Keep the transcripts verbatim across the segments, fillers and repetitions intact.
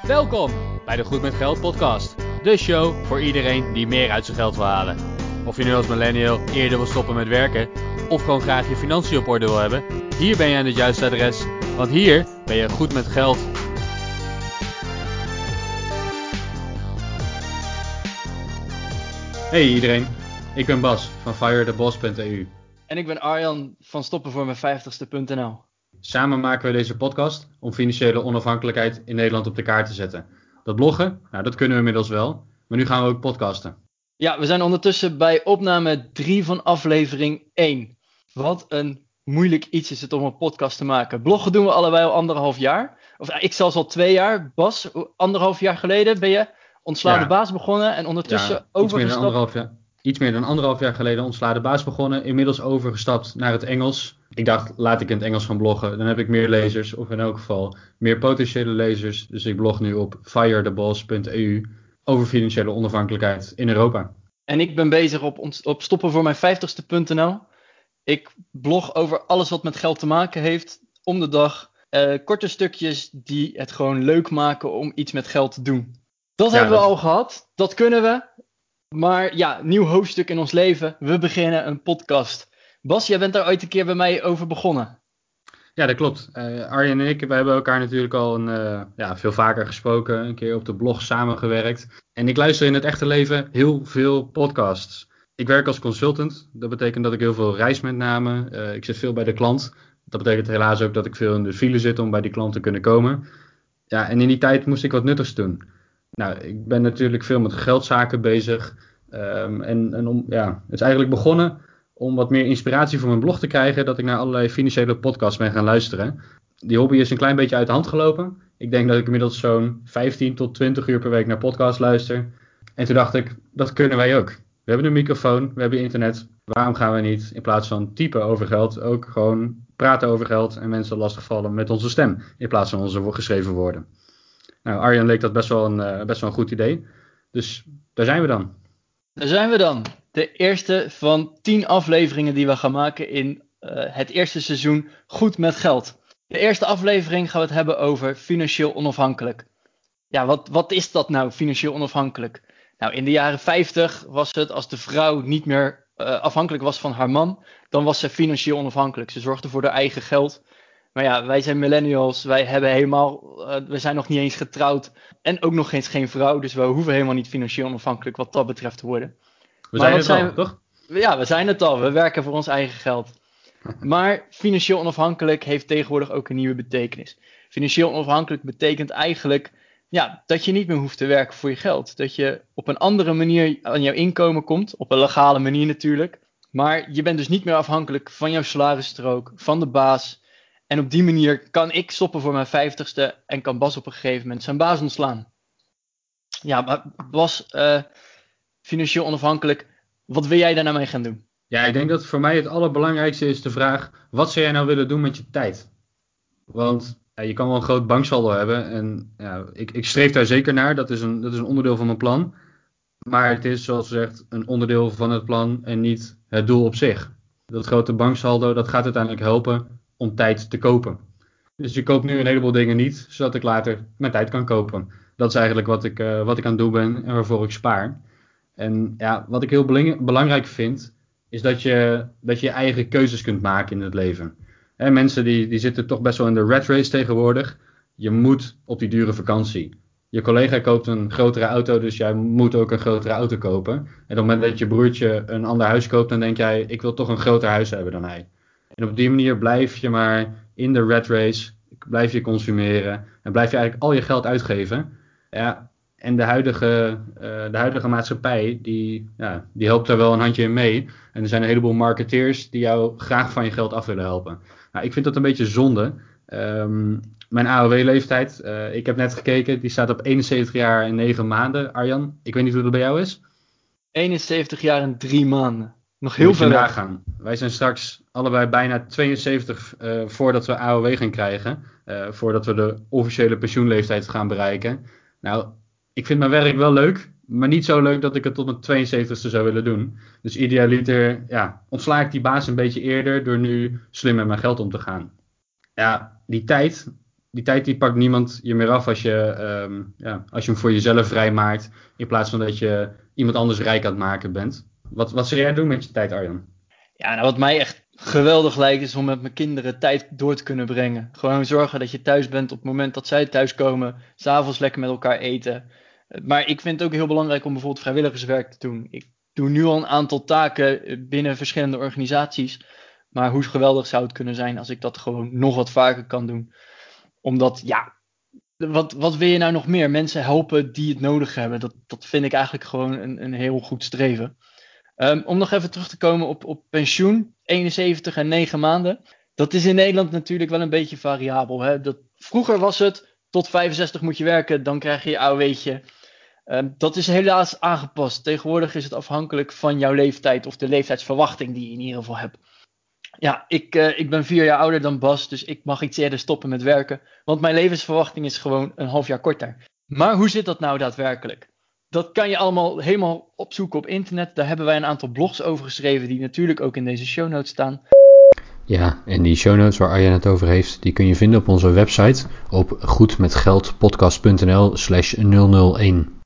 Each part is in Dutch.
Welkom bij de Goed met Geld podcast. De show voor iedereen die meer uit zijn geld wil halen. Of je nu als millennial eerder wil stoppen met werken of gewoon graag je financiën op orde wil hebben. Hier ben je aan het juiste adres, want hier ben je goed met geld. Hey iedereen, ik ben Bas van fire the boss punt e u. En ik ben Arjan van stoppen voor mijn vijftigste punt n l. Samen maken we deze podcast om financiële onafhankelijkheid in Nederland op de kaart te zetten. Dat bloggen, nou dat kunnen we inmiddels wel, maar nu gaan we ook podcasten. Ja, we zijn ondertussen bij opname drie van aflevering één. Wat een moeilijk iets is het om een podcast te maken. Bloggen doen we allebei al anderhalf jaar. Of ik zelfs al twee jaar. Bas, anderhalf jaar geleden ben je Ontslaande Ja. Baas begonnen en ondertussen Ja, iets meer dan overgestapt. anderhalf jaar. Iets meer dan anderhalf jaar geleden Ontslaande Baas begonnen. Inmiddels overgestapt naar het Engels. Ik dacht, laat ik in het Engels gaan bloggen. Dan heb ik meer lezers, of in elk geval meer potentiële lezers. Dus ik blog nu op fire the boss punt e u over financiële onafhankelijkheid in Europa. En ik ben bezig op, ont- op stoppen voor mijn vijftigste punt n l. Ik blog over alles wat met geld te maken heeft, om de dag. Uh, korte stukjes die het gewoon leuk maken om iets met geld te doen. Dat Ja, hebben we dat- al gehad, dat kunnen we. Maar ja, nieuw hoofdstuk in ons leven. We beginnen een podcast. Bas, jij bent daar ooit een keer bij mij over begonnen. Ja, dat klopt. Uh, Arjen en ik, wij hebben elkaar natuurlijk al een, uh, ja, veel vaker gesproken. Een keer op de blog samengewerkt. En ik luister in het echte leven heel veel podcasts. Ik werk als consultant. Dat betekent dat ik heel veel reis met name. Uh, ik zit veel bij de klant. Dat betekent helaas ook dat ik veel in de file zit om bij die klant te kunnen komen. Ja, en in die tijd moest ik wat nuttigs doen. Nou, ik ben natuurlijk veel met geldzaken bezig. Um, en en om, ja, het is eigenlijk begonnen om wat meer inspiratie voor mijn blog te krijgen, dat ik naar allerlei financiële podcasts ben gaan luisteren. Die hobby is een klein beetje uit de hand gelopen. Ik denk dat ik inmiddels zo'n vijftien tot twintig uur per week naar podcasts luister. En toen dacht ik, dat kunnen wij ook. We hebben een microfoon, we hebben internet. Waarom gaan we niet in plaats van typen over geld ook gewoon praten over geld en mensen lastigvallen met onze stem in plaats van onze geschreven woorden. Nou, Arjan leek dat best wel een, uh, best wel een goed idee. Dus daar zijn we dan. Daar zijn we dan. De eerste van tien afleveringen die we gaan maken in uh, het eerste seizoen Goed met Geld. De eerste aflevering gaan we het hebben over financieel onafhankelijk. Ja, wat, wat is dat nou, financieel onafhankelijk? Nou, in de jaren vijftig was het als de vrouw niet meer uh, afhankelijk was van haar man, dan was ze financieel onafhankelijk. Ze zorgde voor haar eigen geld. Maar ja, wij zijn millennials, wij hebben helemaal, uh, we zijn nog niet eens getrouwd en ook nog eens geen vrouw, dus we hoeven helemaal niet financieel onafhankelijk wat dat betreft te worden. We Maar zijn wat het al, zijn we- toch? Ja, we zijn het al, we werken voor ons eigen geld. Maar financieel onafhankelijk heeft tegenwoordig ook een nieuwe betekenis. Financieel onafhankelijk betekent eigenlijk ja, dat je niet meer hoeft te werken voor je geld. Dat je op een andere manier aan jouw inkomen komt, op een legale manier natuurlijk. Maar je bent dus niet meer afhankelijk van jouw salarisstrook, van de baas. En op die manier kan ik stoppen voor mijn vijftigste en kan Bas op een gegeven moment zijn baas ontslaan. Ja, maar Bas, uh, financieel onafhankelijk, wat wil jij daar nou mee gaan doen? Ja, ik denk dat voor mij het allerbelangrijkste is de vraag, wat zou jij nou willen doen met je tijd? Want ja, je kan wel een groot banksaldo hebben en ja, ik, ik streef daar zeker naar, dat is, een, dat is een onderdeel van mijn plan. Maar het is zoals gezegd een onderdeel van het plan en niet het doel op zich. Dat grote banksaldo, dat gaat uiteindelijk helpen om tijd te kopen. Dus je koopt nu een heleboel dingen niet, zodat ik later mijn tijd kan kopen. Dat is eigenlijk wat ik, uh, wat ik aan het doen ben en waarvoor ik spaar. En ja, wat ik heel beling- belangrijk vind, is dat je, dat je je eigen keuzes kunt maken in het leven. Hè, mensen die, die zitten toch best wel in de rat race tegenwoordig. Je moet op die dure vakantie. Je collega koopt een grotere auto, dus jij moet ook een grotere auto kopen. En op het moment dat je broertje een ander huis koopt, dan denk jij, ik wil toch een groter huis hebben dan hij. En op die manier blijf je maar in de rat race, blijf je consumeren en blijf je eigenlijk al je geld uitgeven. Ja, en de huidige, uh, de huidige maatschappij, die, ja, die helpt daar wel een handje in mee. En er zijn een heleboel marketeers die jou graag van je geld af willen helpen. Nou, ik vind dat een beetje zonde. Um, mijn A O W-leeftijd, uh, ik heb net gekeken, die staat op eenenzeventig jaar en negen maanden. Arjan, ik weet niet hoe dat bij jou is. eenenzeventig jaar en drie maanden. Nog heel veel nagaan. Wij zijn straks allebei bijna tweeënzeventig uh, voordat we A O W gaan krijgen. Uh, voordat we de officiële pensioenleeftijd gaan bereiken. Nou, ik vind mijn werk wel leuk, maar niet zo leuk dat ik het tot mijn tweeënzeventigste zou willen doen. Dus idealiter, ja, ontsla ik die baas een beetje eerder door nu slim met mijn geld om te gaan. Ja, die tijd, die tijd die pakt niemand je meer af als je, um, ja, als je hem voor jezelf vrijmaakt. In plaats van dat je iemand anders rijk aan het maken bent. Wat, wat zou jij doen met je tijd, Arjan? Ja, nou wat mij echt geweldig lijkt is om met mijn kinderen tijd door te kunnen brengen. Gewoon zorgen dat je thuis bent op het moment dat zij thuiskomen. 's Avonds lekker met elkaar eten. Maar ik vind het ook heel belangrijk om bijvoorbeeld vrijwilligerswerk te doen. Ik doe nu al een aantal taken binnen verschillende organisaties. Maar hoe geweldig zou het kunnen zijn als ik dat gewoon nog wat vaker kan doen. Omdat, ja, wat, wat wil je nou nog meer? Mensen helpen die het nodig hebben. Dat, dat vind ik eigenlijk gewoon een, een heel goed streven. Um, om nog even terug te komen op, op pensioen. eenenzeventig en negen maanden. Dat is in Nederland natuurlijk wel een beetje variabel. Hè? Dat, vroeger was het tot vijfenzestig moet je werken, dan krijg je je A O W'tje. Um, dat is helaas aangepast. Tegenwoordig is het afhankelijk van jouw leeftijd of de leeftijdsverwachting die je in ieder geval hebt. Ja, ik, uh, ik ben vier jaar ouder dan Bas, dus ik mag iets eerder stoppen met werken. Want mijn levensverwachting is gewoon een half jaar korter. Maar hoe zit dat nou daadwerkelijk? Dat kan je allemaal helemaal opzoeken op internet. Daar hebben wij een aantal blogs over geschreven die natuurlijk ook in deze show notes staan. Ja, en die show notes waar Arjan het over heeft, die kun je vinden op onze website op goedmetgeldpodcast.nl slash nul nul een.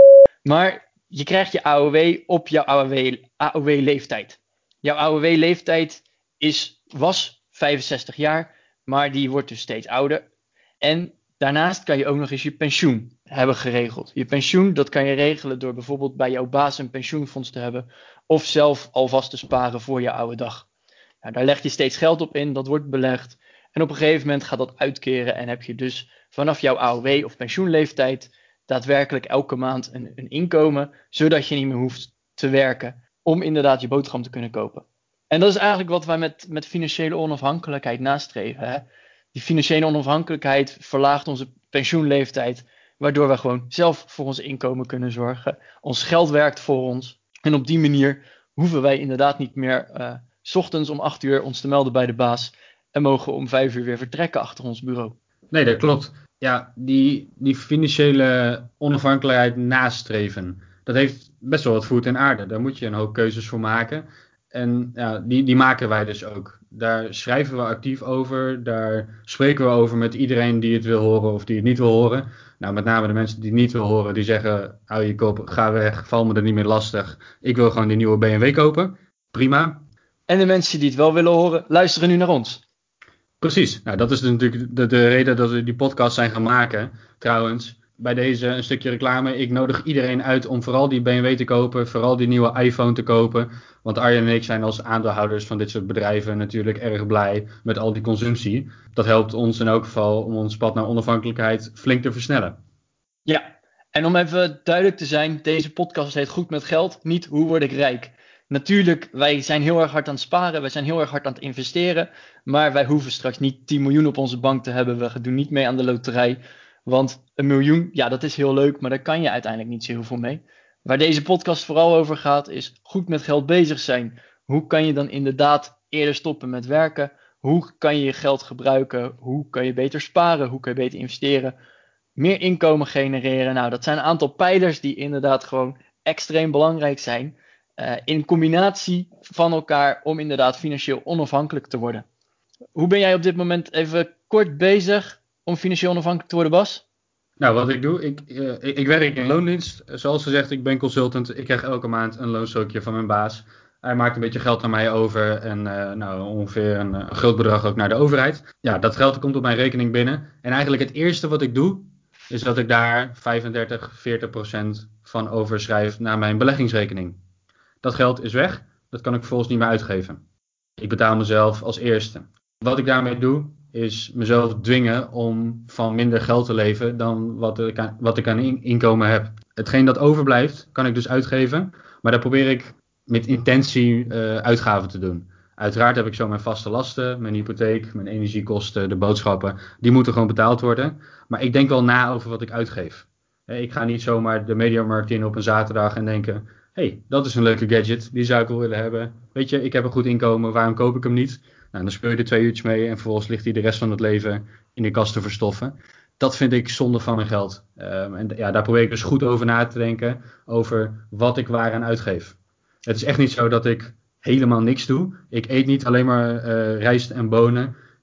Maar je krijgt je A O W op jouw A O W-leeftijd. Jouw A O W-leeftijd is, was vijfenzestig jaar, maar die wordt dus steeds ouder. En daarnaast kan je ook nog eens je pensioen hebben geregeld. Je pensioen, dat kan je regelen door bijvoorbeeld bij jouw baas een pensioenfonds te hebben. Of zelf alvast te sparen voor je oude dag. Nou, daar leg je steeds geld op in, dat wordt belegd. En op een gegeven moment gaat dat uitkeren en heb je dus vanaf jouw A O W of pensioenleeftijd daadwerkelijk elke maand een, een inkomen. Zodat je niet meer hoeft te werken om inderdaad je boterham te kunnen kopen. En dat is eigenlijk wat wij met, met financiële onafhankelijkheid nastreven. Hè? Die financiële onafhankelijkheid verlaagt onze pensioenleeftijd, waardoor we gewoon zelf voor ons inkomen kunnen zorgen. Ons geld werkt voor ons. En op die manier hoeven wij inderdaad niet meer uh, 's ochtends om acht uur ons te melden bij de baas. En mogen we om vijf uur weer vertrekken achter ons bureau. Nee, dat klopt. Ja, die, die financiële onafhankelijkheid nastreven, dat heeft best wel wat voet in aarde. Daar moet je een hoop keuzes voor maken. En ja, die, die maken wij dus ook. Daar schrijven we actief over. Daar spreken we over met iedereen die het wil horen of die het niet wil horen. Nou, met name de mensen die het niet wil horen, die zeggen, hou je kop, ga weg, val me er niet meer lastig. Ik wil gewoon die nieuwe B M W kopen. Prima. En de mensen die het wel willen horen, luisteren nu naar ons. Precies. Nou, dat is dus natuurlijk de, de reden dat we die podcast zijn gaan maken. Trouwens, bij deze een stukje reclame. Ik nodig iedereen uit om vooral die B M W te kopen. Vooral die nieuwe iPhone te kopen. Want Arjan en ik zijn als aandeelhouders van dit soort bedrijven natuurlijk erg blij met al die consumptie. Dat helpt ons in elk geval om ons pad naar onafhankelijkheid flink te versnellen. Ja, en om even duidelijk te zijn, deze podcast heet Goed met Geld, niet Hoe word ik rijk. Natuurlijk, wij zijn heel erg hard aan het sparen, wij zijn heel erg hard aan het investeren. Maar wij hoeven straks niet tien miljoen op onze bank te hebben. We doen niet mee aan de loterij. Want een miljoen, ja, dat is heel leuk, maar daar kan je uiteindelijk niet zo heel veel mee. Waar deze podcast vooral over gaat, is goed met geld bezig zijn. Hoe kan je dan inderdaad eerder stoppen met werken? Hoe kan je je geld gebruiken? Hoe kan je beter sparen? Hoe kan je beter investeren? Meer inkomen genereren. Nou, dat zijn een aantal pijlers die inderdaad gewoon extreem belangrijk zijn. Uh, in combinatie van elkaar om inderdaad financieel onafhankelijk te worden. Hoe ben jij op dit moment even kort bezig om financieel onafhankelijk te worden, Bas? Nou, wat ik doe, ik, uh, ik, ik werk in loondienst. Zoals gezegd, ik ben consultant. Ik krijg elke maand een loonstrookje van mijn baas. Hij maakt een beetje geld naar mij over en uh, nou, ongeveer een, een groot bedrag ook naar de overheid. Ja, dat geld komt op mijn rekening binnen. En eigenlijk het eerste wat ik doe, is dat ik daar vijfendertig, veertig procent van overschrijf naar mijn beleggingsrekening. Dat geld is weg, dat kan ik vervolgens niet meer uitgeven. Ik betaal mezelf als eerste. Wat ik daarmee doe, is mezelf dwingen om van minder geld te leven dan wat ik aan, wat ik aan inkomen heb. Hetgeen dat overblijft, kan ik dus uitgeven, maar daar probeer ik met intentie uh, uitgaven te doen. Uiteraard heb ik zo mijn vaste lasten, mijn hypotheek, mijn energiekosten, de boodschappen. Die moeten gewoon betaald worden. Maar ik denk wel na over wat ik uitgeef. Ik ga niet zomaar de mediamarkt in op een zaterdag en denken, hé, hey, dat is een leuke gadget, die zou ik wel willen hebben. Weet je, ik heb een goed inkomen, waarom koop ik hem niet? Nou, dan speel je er twee uurtjes mee en vervolgens ligt hij de rest van het leven in de kast te verstoffen. Dat vind ik zonde van mijn geld. Um, en ja, daar probeer ik dus goed over na te denken, over wat ik waaraan uitgeef. Het is echt niet zo dat ik helemaal niks doe. Ik eet niet alleen maar uh, rijst en bonen.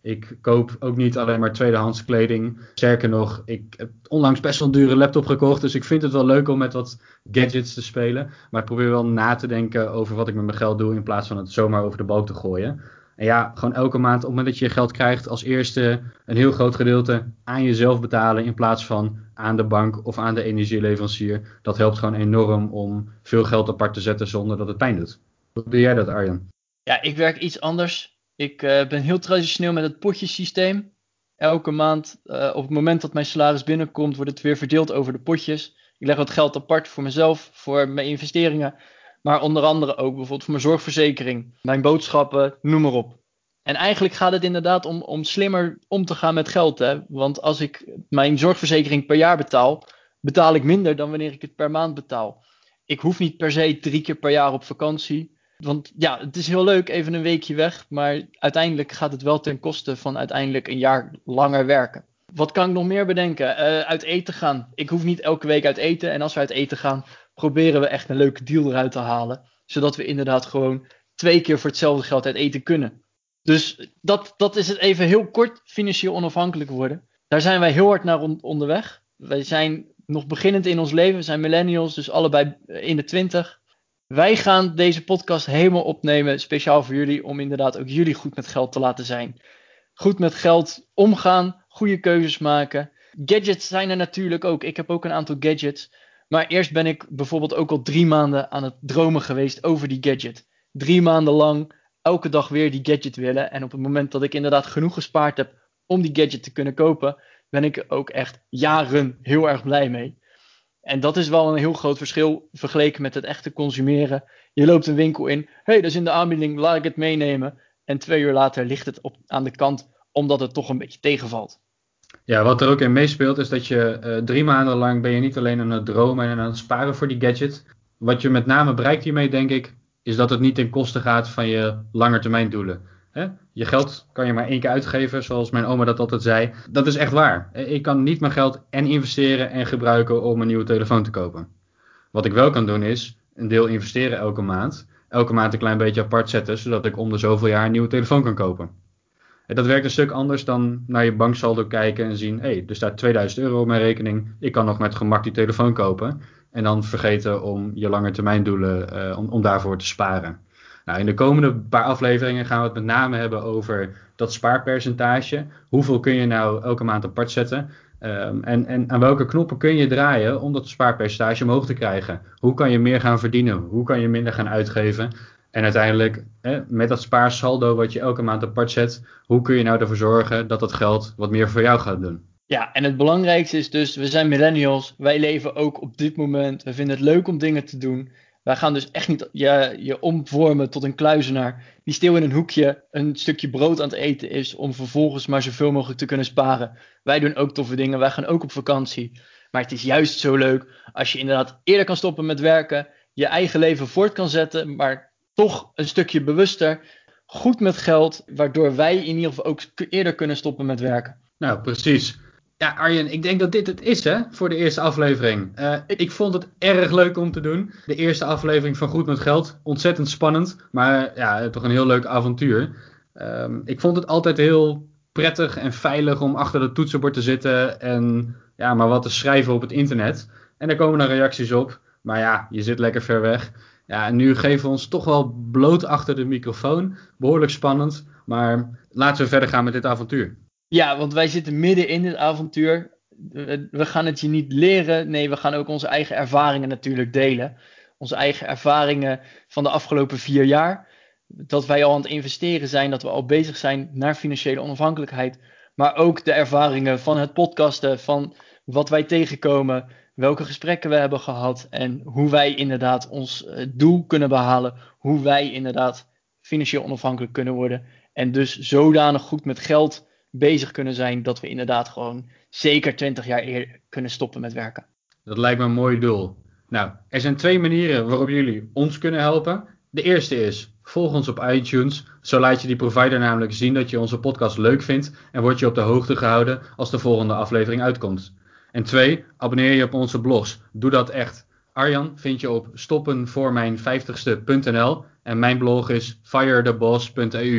Ik koop ook niet alleen maar tweedehands kleding. Sterker nog, ik heb onlangs best wel een dure laptop gekocht. Dus ik vind het wel leuk om met wat gadgets te spelen. Maar ik probeer wel na te denken over wat ik met mijn geld doe. In plaats van het zomaar over de balk te gooien. En ja, gewoon elke maand op het moment dat je je geld krijgt, als eerste een heel groot gedeelte aan jezelf betalen. In plaats van aan de bank of aan de energieleverancier. Dat helpt gewoon enorm om veel geld apart te zetten zonder dat het pijn doet. Hoe doe jij dat, Arjen? Ja, ik werk iets anders. Ik uh, ben heel traditioneel met het potjesysteem. Elke maand, uh, op het moment dat mijn salaris binnenkomt, wordt het weer verdeeld over de potjes. Ik leg wat geld apart voor mezelf, voor mijn investeringen. Maar onder andere ook bijvoorbeeld voor mijn zorgverzekering, mijn boodschappen, noem maar op. En eigenlijk gaat het inderdaad om, om slimmer om te gaan met geld. Hè? Want als ik mijn zorgverzekering per jaar betaal, betaal ik minder dan wanneer ik het per maand betaal. Ik hoef niet per se drie keer per jaar op vakantie. Want ja, het is heel leuk, even een weekje weg. Maar uiteindelijk gaat het wel ten koste van uiteindelijk een jaar langer werken. Wat kan ik nog meer bedenken? Uh, uit eten gaan. Ik hoef niet elke week uit eten. En als we uit eten gaan, proberen we echt een leuke deal eruit te halen. Zodat we inderdaad gewoon twee keer voor hetzelfde geld uit eten kunnen. Dus dat, dat is het even heel kort, financieel onafhankelijk worden. Daar zijn wij heel hard naar on- onderweg. Wij zijn nog beginnend in ons leven. We zijn millennials, dus allebei in de twintig. Wij gaan deze podcast helemaal opnemen, speciaal voor jullie, om inderdaad ook jullie goed met geld te laten zijn. Goed met geld omgaan, goede keuzes maken. Gadgets zijn er natuurlijk ook. Ik heb ook een aantal gadgets. Maar eerst ben ik bijvoorbeeld ook al drie maanden aan het dromen geweest over die gadget. Drie maanden lang elke dag weer die gadget willen. En op het moment dat ik inderdaad genoeg gespaard heb om die gadget te kunnen kopen, ben ik er ook echt jaren heel erg blij mee. En dat is wel een heel groot verschil vergeleken met het echte consumeren. Je loopt een winkel in, hé, hey, dat is in de aanbieding, laat ik het meenemen. En twee uur later ligt het op, aan de kant, omdat het toch een beetje tegenvalt. Ja, wat er ook in meespeelt is dat je uh, drie maanden lang ben je niet alleen aan het dromen en aan het sparen voor die gadget. Wat je met name bereikt hiermee, denk ik, is dat het niet ten koste gaat van je langetermijndoelen. Hè? Je geld kan je maar één keer uitgeven, zoals mijn oma dat altijd zei. Dat is echt waar. Ik kan niet mijn geld en investeren en gebruiken om een nieuwe telefoon te kopen. Wat ik wel kan doen is een deel investeren elke maand. Elke maand een klein beetje apart zetten, zodat ik om de zoveel jaar een nieuwe telefoon kan kopen. En dat werkt een stuk anders dan naar je banksaldo kijken en zien, hé, hey, er staat tweeduizend euro op mijn rekening. Ik kan nog met gemak die telefoon kopen. En dan vergeten om je langetermijndoelen, uh, om, om daarvoor te sparen. Nou, in de komende paar afleveringen gaan we het met name hebben over dat spaarpercentage. Hoeveel kun je nou elke maand apart zetten? Um, en, en aan welke knoppen kun je draaien om dat spaarpercentage omhoog te krijgen? Hoe kan je meer gaan verdienen? Hoe kan je minder gaan uitgeven? En uiteindelijk, hè, met dat spaarsaldo wat je elke maand apart zet, hoe kun je nou ervoor zorgen dat dat geld wat meer voor jou gaat doen? Ja, en het belangrijkste is dus, we zijn millennials. Wij leven ook op dit moment. We vinden het leuk om dingen te doen. Wij gaan dus echt niet je, je omvormen tot een kluizenaar die stil in een hoekje een stukje brood aan het eten is om vervolgens maar zoveel mogelijk te kunnen sparen. Wij doen ook toffe dingen. Wij gaan ook op vakantie. Maar het is juist zo leuk als je inderdaad eerder kan stoppen met werken, je eigen leven voort kan zetten, maar toch een stukje bewuster, goed met geld, waardoor wij in ieder geval ook eerder kunnen stoppen met werken. Nou, precies. Ja, Arjen, ik denk dat dit het is, hè, voor de eerste aflevering. Uh, ik vond het erg leuk om te doen. De eerste aflevering van Goed met Geld. Ontzettend spannend, maar uh, ja, toch een heel leuk avontuur. Um, ik vond het altijd heel prettig en veilig om achter het toetsenbord te zitten en ja, maar wat te schrijven op het internet. En daar komen dan reacties op. Maar ja, je zit lekker ver weg. Ja, en nu geven we ons toch wel bloot achter de microfoon. Behoorlijk spannend, maar laten we verder gaan met dit avontuur. Ja, want wij zitten midden in dit avontuur. We gaan het je niet leren. Nee, we gaan ook onze eigen ervaringen natuurlijk delen. Onze eigen ervaringen van de afgelopen vier jaar. Dat wij al aan het investeren zijn. Dat we al bezig zijn naar financiële onafhankelijkheid. Maar ook de ervaringen van het podcasten. Van wat wij tegenkomen. Welke gesprekken we hebben gehad. En hoe wij inderdaad ons doel kunnen behalen. Hoe wij inderdaad financieel onafhankelijk kunnen worden. En dus zodanig goed met geld bezig kunnen zijn dat we inderdaad gewoon zeker twintig jaar eerder kunnen stoppen met werken. Dat lijkt me een mooi doel. Nou, er zijn twee manieren waarop jullie ons kunnen helpen. De eerste is, volg ons op iTunes. Zo laat je die provider namelijk zien dat je onze podcast leuk vindt en word je op de hoogte gehouden als de volgende aflevering uitkomt. En twee, abonneer je op onze blogs. Doe dat echt. Arjan vind je op stoppen voor mijn vijftigste punt n l en mijn blog is fire the boss punt e u.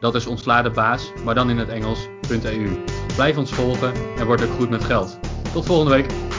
Dat is ontsladebaas, maar dan in het Engels, .eu. Blijf ons volgen en word ook goed met geld. Tot volgende week.